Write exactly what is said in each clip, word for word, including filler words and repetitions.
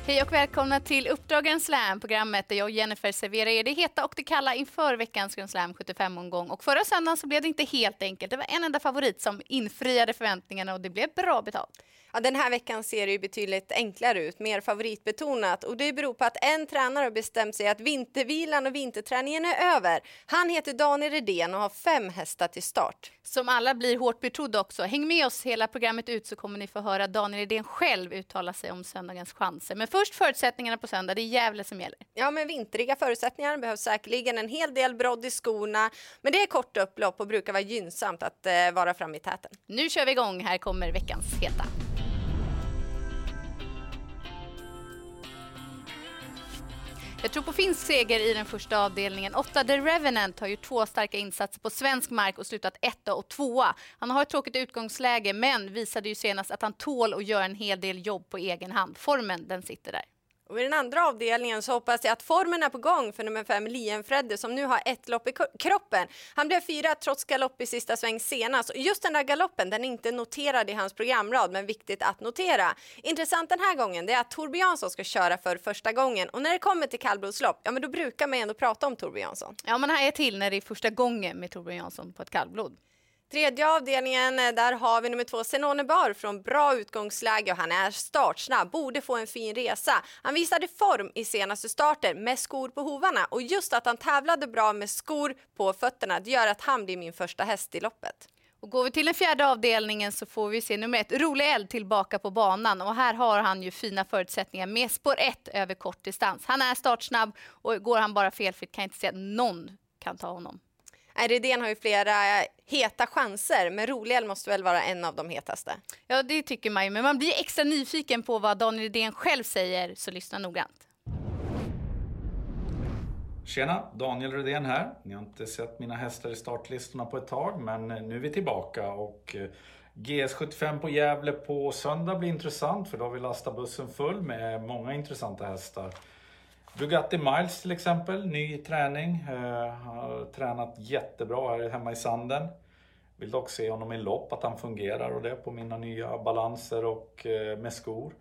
Hej och välkomna till Uppdrag Grand Slam, programmet där jag och Jennifer serverar er det heta och det kalla inför veckans Grand Slam sjuttiofem-omgång. Och förra söndagen så blev det inte helt enkelt. Det var en enda favorit som infriade förväntningarna och det blev bra betalt. Ja, den här veckan ser det ju betydligt enklare ut, mer favoritbetonat. Och det beror på att en tränare har bestämt sig att vintervilan och vinterträningen är över. Han heter Daniel Redén och har fem hästar till start. Som alla blir hårt betrodda också. Häng med oss hela programmet ut så kommer ni få höra Daniel Redén själv uttala sig om söndagens chanser. Men först förutsättningarna på söndag, det är Gävle som gäller. Ja, men vintriga förutsättningar behövs säkerligen en hel del brodd i skorna. Men det är kort upplopp och brukar vara gynnsamt att eh, vara fram i täten. Nu kör vi igång, här kommer veckans heta. Jag tror på finsk seger i den första avdelningen. Åtta The Revenant har gjort två starka insatser på svensk mark och slutat etta och tvåa. Han har ett tråkigt utgångsläge men visade ju senast att han tål att göra en hel del jobb på egen hand. Formen, den sitter där. Och i den andra avdelningen så hoppas jag att formen är på gång för nummer fem Lien Fredde som nu har ett lopp i kroppen. Han blev fyra trots galopp i sista sväng senast. Och just den där galoppen, den är inte noterad i hans programrad men viktigt att notera. Intressant den här gången det är att Torbjörn Jansson ska köra för första gången. Och när det kommer till kallblodslopp, ja men då brukar man ändå prata om Torbjörn Jansson. Ja men här är till när det är första gången med Torbjörn Jansson på ett kallblod. Tredje avdelningen, där har vi nummer två Senone Bar från bra utgångsläge och han är startsnabb, borde få en fin resa. Han visade form i senaste starter med skor på hovarna och just att han tävlade bra med skor på fötterna det gör att han blir min första häst i loppet. Och går vi till den fjärde avdelningen så får vi se nummer ett, Rolig Eld tillbaka på banan. Och här har han ju fina förutsättningar med spår ett över kort distans. Han är startsnabb och går han bara felfritt kan jag inte säga att någon kan ta honom. Redén har ju flera heta chanser, men Rolig Eld måste väl vara en av de hetaste. Ja, det tycker man ju, men man blir extra nyfiken på vad Daniel Redén själv säger, så lyssna noggrant. Tjena, Daniel Redén här. Ni har inte sett mina hästar i startlistorna på ett tag, men nu är vi tillbaka och G S sjuttiofem på Gävle på söndag blir intressant för då har vi lastat bussen full med många intressanta hästar. Bugatti Miles till exempel, ny träning, uh, har tränat jättebra här hemma i sanden. Vill dock se honom i lopp att han fungerar och det på mina nya balanser och uh, med skor.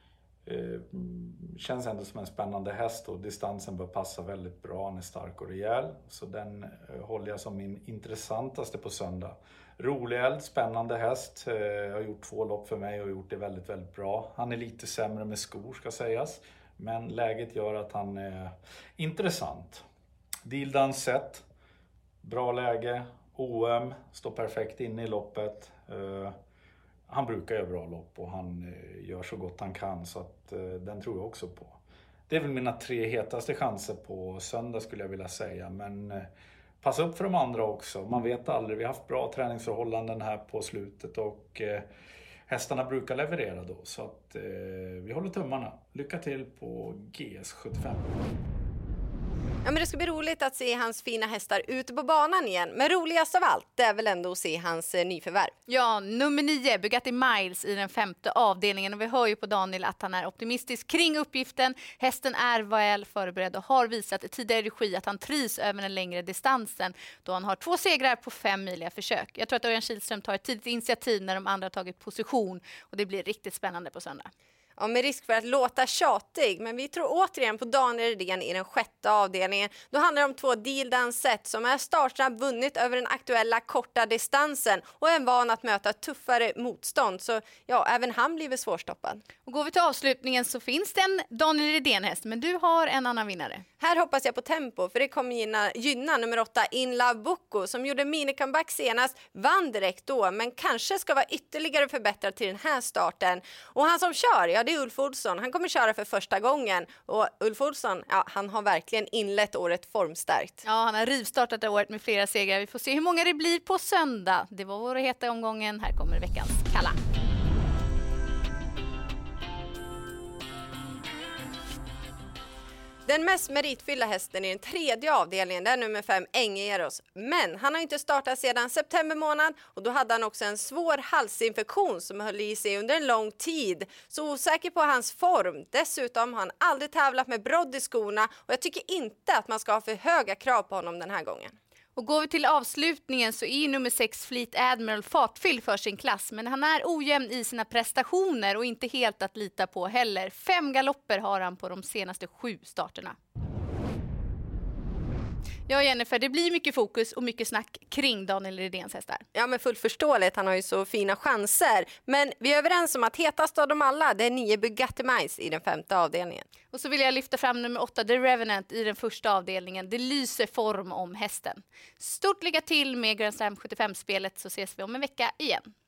Uh, känns ändå som en spännande häst och distansen bör passa väldigt bra, han är stark och rejäl. Så den uh, håller jag som min intressantaste på söndag. Rolig Eld, spännande häst, uh, har gjort två lopp för mig och gjort det väldigt väldigt bra. Han är lite sämre med skor ska sägas. Men läget gör att han är intressant. Deal done set. Bra läge. O M. Står perfekt inne i loppet. Uh, han brukar göra bra lopp och han uh, gör så gott han kan. Så att, uh, den tror jag också på. Det är väl mina tre hetaste chanser på söndag skulle jag vilja säga. Men uh, passa upp för de andra också. Man vet aldrig. Vi har haft bra träningsförhållanden här på slutet. Och... Uh, hästarna brukar leverera då, så att eh, vi håller tummarna. Lycka till på G S sjuttiofem. Ja, men det ska bli roligt att se hans fina hästar ute på banan igen. Men roligast av allt, det är väl ändå att se hans eh, nyförvärv. Ja, nummer nio, Bugatti Miles i den femte avdelningen. Och vi hör ju på Daniel att han är optimistisk kring uppgiften. Hästen är väl förberedd och har visat i tidigare regi att han trivs över den längre distansen. Då han har två segrar på fem miliga försök. Jag tror att Örjan Kihlström tar ett tidigt initiativ när de andra har tagit position. Och det blir riktigt spännande på söndag. Ja, med risk för att låta tjatig, men vi tror återigen på Daniel Redén i den sjätte avdelningen. Då handlar det om två Deal Done Set som är startsnabb, vunnit över den aktuella korta distansen och är van att möta tuffare motstånd. Så ja, även han blir väl svårstoppad. Och går vi till avslutningen så finns det en Daniel Redén-häst, men du har en annan vinnare. Här hoppas jag på tempo, för det kommer gynna, gynna nummer åtta In Love Boko som gjorde mini-comeback senast, vann direkt då, men kanske ska vara ytterligare förbättrad till den här starten. Och han som kör, ja det är Ulf Olsson. Han kommer köra för första gången och Ulf Olsson, ja han har verkligen inlett året formstärkt. Ja, han har rivstartat året med flera segrar. Vi får se hur många det blir på söndag. Det var vår heta omgången. Här kommer veckans kalla. Den mest meritfyllda hästen i den tredje avdelningen är nummer fem Engeros. Men han har inte startat sedan september månad och då hade han också en svår halsinfektion som höll i sig under en lång tid. Så osäker på hans form. Dessutom har han aldrig tävlat med brodd i skorna och jag tycker inte att man ska ha för höga krav på honom den här gången. Och går vi till avslutningen så är nummer sex Fleet Admiral fartfylld för sin klass, men han är ojämn i sina prestationer och inte helt att lita på heller. Fem galopper har han på de senaste sju starterna. Ja, Jennifer, det blir mycket fokus och mycket snack kring Daniel Redéns hästar. Ja, men fullt förståeligt. Han har ju så fina chanser. Men vi är överens om att hetast av dem alla, det är nio Bugatti Mice i den femte avdelningen. Och så vill jag lyfta fram nummer åtta, The Revenant, i den första avdelningen. Det lyser form om hästen. Stort lycka till med Grand Slam sjuttiofem-spelet, så ses vi om en vecka igen.